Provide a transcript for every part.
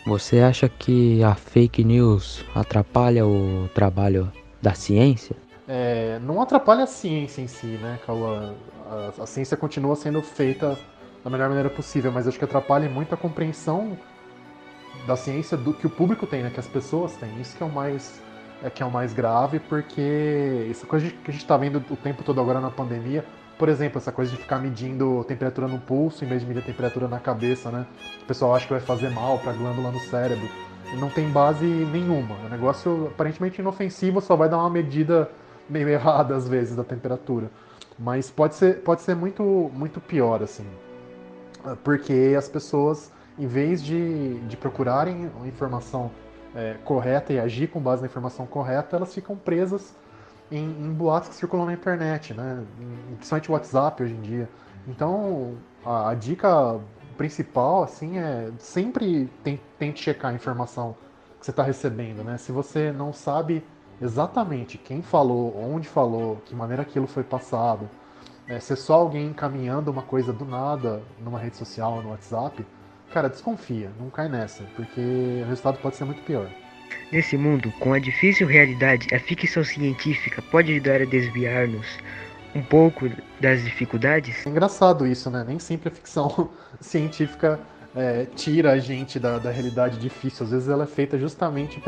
Você acha que a fake news atrapalha o trabalho da ciência? Não atrapalha a ciência em si, né, Cauã? A ciência continua sendo feita da melhor maneira possível, mas acho que atrapalha muito a compreensão da ciência do que o público tem, né, que as pessoas têm. Isso que é o mais grave, porque essa coisa que a gente está vendo o tempo todo agora na pandemia, por exemplo, essa coisa de ficar medindo temperatura no pulso em vez de medir a temperatura na cabeça, né? O pessoal acha que vai fazer mal para a glândula no cérebro. Não tem base nenhuma. É um negócio aparentemente inofensivo, só vai dar uma medida meio errada às vezes da temperatura. Mas pode ser muito, muito pior, assim. Porque as pessoas, em vez de procurarem a informação correta e agir com base na informação correta, elas ficam presas em boatos que circulam na internet, né? Principalmente o WhatsApp hoje em dia. Então, a dica principal, assim, é sempre tente checar a informação que você está recebendo, né? Se você não sabe exatamente quem falou, onde falou, que maneira aquilo foi passado, ser só alguém encaminhando uma coisa do nada numa rede social, no WhatsApp, cara, desconfia, não cai nessa, porque o resultado pode ser muito pior. Nesse mundo, com a difícil realidade, a ficção científica pode ajudar a desviar-nos um pouco das dificuldades? É engraçado isso, né? Nem sempre a ficção científica tira a gente da realidade difícil. Às vezes ela é feita justamente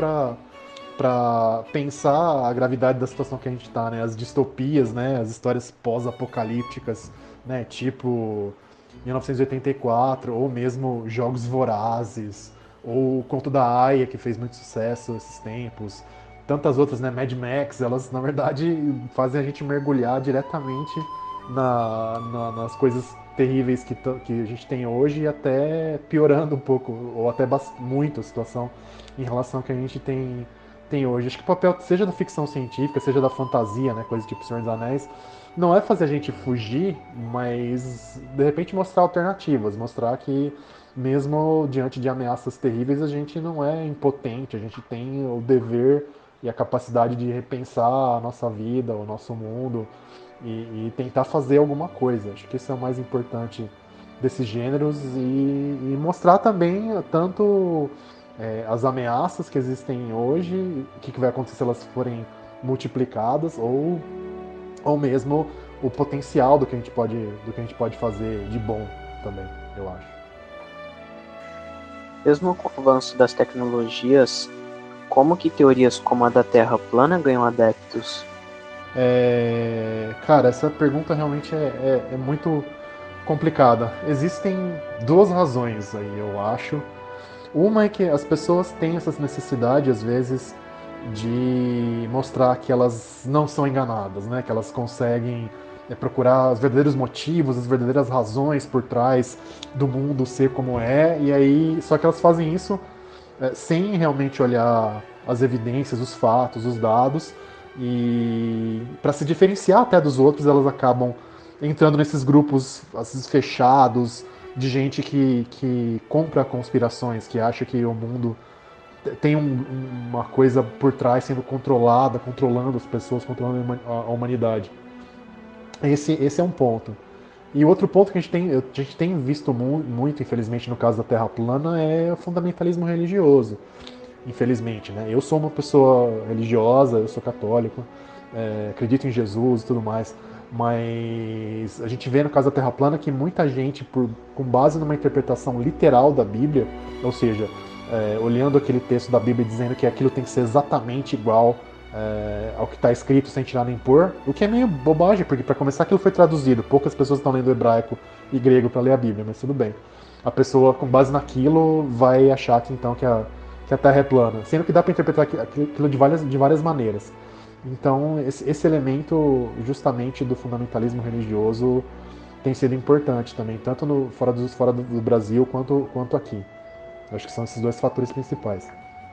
para pensar a gravidade da situação que a gente está, né? As distopias, né? As histórias pós-apocalípticas, né? Tipo 1984, ou mesmo Jogos Vorazes, ou o Conto da Aia, que fez muito sucesso esses tempos. Tantas outras, né? Mad Max, elas na verdade fazem a gente mergulhar diretamente nas coisas terríveis que a gente tem hoje e até piorando um pouco, ou até muito a situação em relação ao que a gente tem hoje. Acho que o papel, seja da ficção científica, seja da fantasia, né, coisa tipo Senhor dos Anéis, não é fazer a gente fugir, mas de repente mostrar alternativas, mostrar que mesmo diante de ameaças terríveis a gente não é impotente, a gente tem o dever e a capacidade de repensar a nossa vida, o nosso mundo e tentar fazer alguma coisa. Acho que isso é o mais importante desses gêneros e mostrar também tanto as ameaças que existem hoje, o que vai acontecer se elas forem multiplicadas, ou mesmo o potencial do que a gente pode fazer de bom também, eu acho. Mesmo com o avanço das tecnologias, como que teorias como a da Terra plana ganham adeptos? Cara, essa pergunta realmente é muito complicada. Existem duas razões aí, eu acho. Uma é que as pessoas têm essa necessidade, às vezes, de mostrar que elas não são enganadas, né? Que elas conseguem procurar os verdadeiros motivos, as verdadeiras razões por trás do mundo ser como é, e aí só que elas fazem isso sem realmente olhar as evidências, os fatos, os dados, e para se diferenciar até dos outros, elas acabam entrando nesses grupos às vezes, fechados de gente que compra conspirações, que acha que o mundo tem uma coisa por trás sendo controlada, controlando as pessoas, controlando a humanidade. Esse é um ponto. E outro ponto que a gente tem visto muito, infelizmente, no caso da Terra plana, é o fundamentalismo religioso. Infelizmente, né? Eu sou uma pessoa religiosa, eu sou católico, acredito em Jesus e tudo mais, mas a gente vê no caso da Terra plana que muita gente, com base numa interpretação literal da Bíblia, ou seja, olhando aquele texto da Bíblia dizendo que aquilo tem que ser exatamente igual ao que está escrito sem tirar nem pôr, o que é meio bobagem, porque para começar aquilo foi traduzido, poucas pessoas estão lendo hebraico e grego para ler a Bíblia, mas tudo bem. A pessoa, com base naquilo, vai achar que então que a Terra é plana, sendo que dá para interpretar aquilo de várias maneiras. Então, esse elemento, justamente, do fundamentalismo religioso tem sido importante também, tanto fora do Brasil quanto aqui. Acho que são esses dois fatores principais.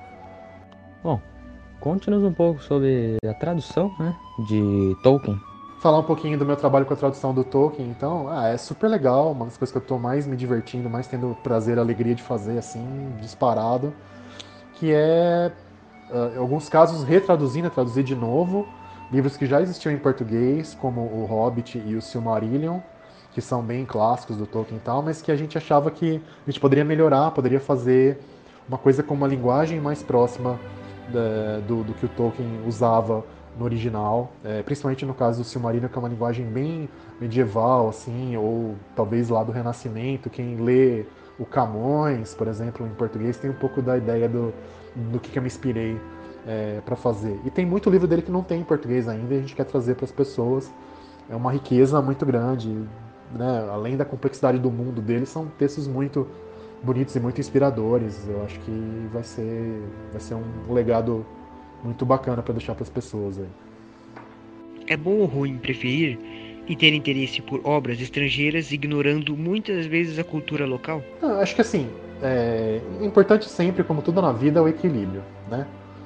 Bom, conte-nos um pouco sobre a tradução, né, de Tolkien. Falar um pouquinho do meu trabalho com a tradução do Tolkien, então, é super legal, uma das coisas que eu estou mais me divertindo, mais tendo prazer e alegria de fazer, assim, disparado, que é, em alguns casos, traduzir de novo, livros que já existiam em português, como O Hobbit e o Silmarillion, que são bem clássicos do Tolkien e tal, mas que a gente achava que a gente poderia melhorar, poderia fazer uma coisa com uma linguagem mais próxima do que o Tolkien usava no original, principalmente no caso do Silmarillion, que é uma linguagem bem medieval, assim, ou talvez lá do Renascimento. Quem lê o Camões, por exemplo, em português, tem um pouco da ideia do que eu me inspirei para fazer. E tem muito livro dele que não tem em português ainda e a gente quer trazer para as pessoas. É uma riqueza muito grande, né? Além da complexidade do mundo dele, são textos muito bonitos e muito inspiradores. Eu acho que vai ser um legado muito bacana para deixar para as pessoas aí. É bom ou ruim preferir e ter interesse por obras estrangeiras, ignorando muitas vezes a cultura local? Não, acho que assim, é importante sempre, como tudo na vida, é o equilíbrio, né?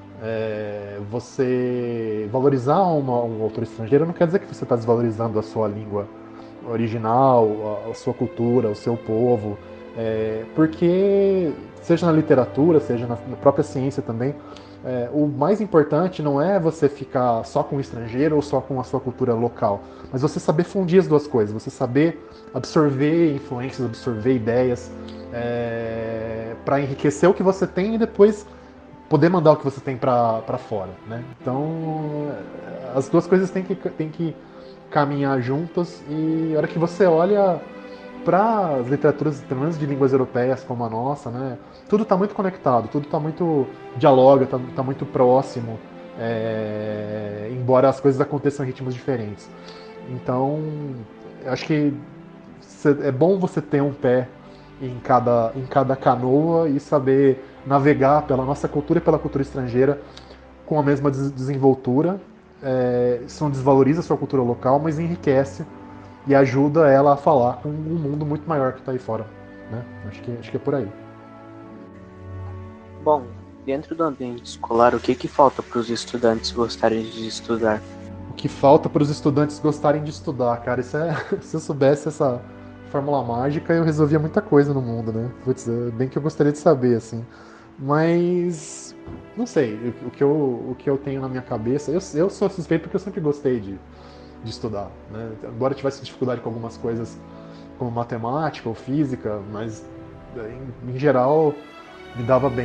Você valorizar um autor estrangeiro não quer dizer que você está desvalorizando a sua língua original, a sua cultura, o seu povo, porque seja na literatura, seja na própria ciência também, o mais importante não é você ficar só com o estrangeiro ou só com a sua cultura local, mas você saber fundir as duas coisas, você saber absorver influências, absorver ideias, para enriquecer o que você tem e depois poder mandar o que você tem para fora, né? Então, as duas coisas têm que caminhar juntas, e a hora que você olha para as literaturas, pelo menos de línguas europeias como a nossa, né? Tudo está muito conectado, tudo está muito dialoga, tá muito próximo, embora as coisas aconteçam em ritmos diferentes. Então, eu acho que é bom você ter um pé em cada canoa e saber navegar pela nossa cultura e pela cultura estrangeira com a mesma desenvoltura. Isso não desvaloriza a sua cultura local, mas enriquece e ajuda ela a falar com um mundo muito maior que está aí fora, né? Acho que é por aí. Bom, dentro do ambiente escolar, o que falta para os estudantes gostarem de estudar? O que falta para os estudantes gostarem de estudar, cara, isso se eu soubesse essa fórmula mágica, eu resolvia muita coisa no mundo, né? Putz, bem que eu gostaria de saber, assim. Mas, não sei, o que eu tenho na minha cabeça, eu sou suspeito porque eu sempre gostei de estudar, né? Embora eu tivesse dificuldade com algumas coisas como matemática ou física, mas em geral me dava bem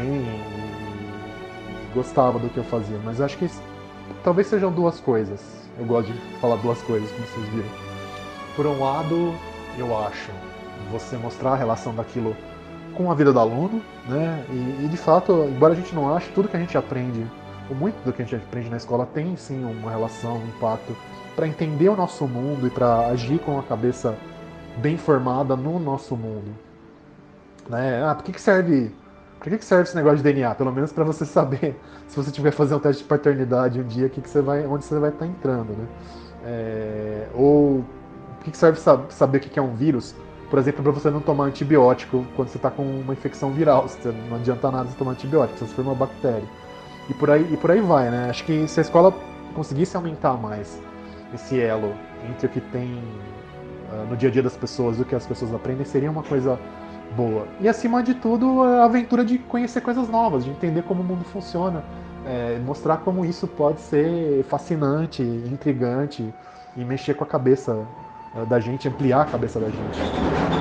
e gostava do que eu fazia. Mas eu acho que talvez sejam duas coisas. Eu gosto de falar duas coisas, como vocês viram. Por um lado, eu acho você mostrar a relação daquilo com a vida do aluno, né? E de fato, embora a gente não ache, tudo que a gente aprende, ou muito do que a gente aprende na escola tem sim uma relação, um impacto para entender o nosso mundo e para agir com a cabeça bem formada no nosso mundo, né? Por que serve esse negócio de DNA? Pelo menos para você saber, se você tiver fazer um teste de paternidade um dia, onde você vai estar entrando, né? Ou o que serve saber o que é um vírus? Por exemplo, para você não tomar antibiótico quando você está com uma infecção viral. Não adianta nada você tomar antibiótico, se for uma bactéria. E por aí vai, né? Acho que se a escola conseguisse aumentar mais esse elo entre o que tem no dia a dia das pessoas e o que as pessoas aprendem, seria uma coisa boa. E acima de tudo, a aventura de conhecer coisas novas, de entender como o mundo funciona, mostrar como isso pode ser fascinante, intrigante e mexer com a cabeça da gente, ampliar a cabeça da gente.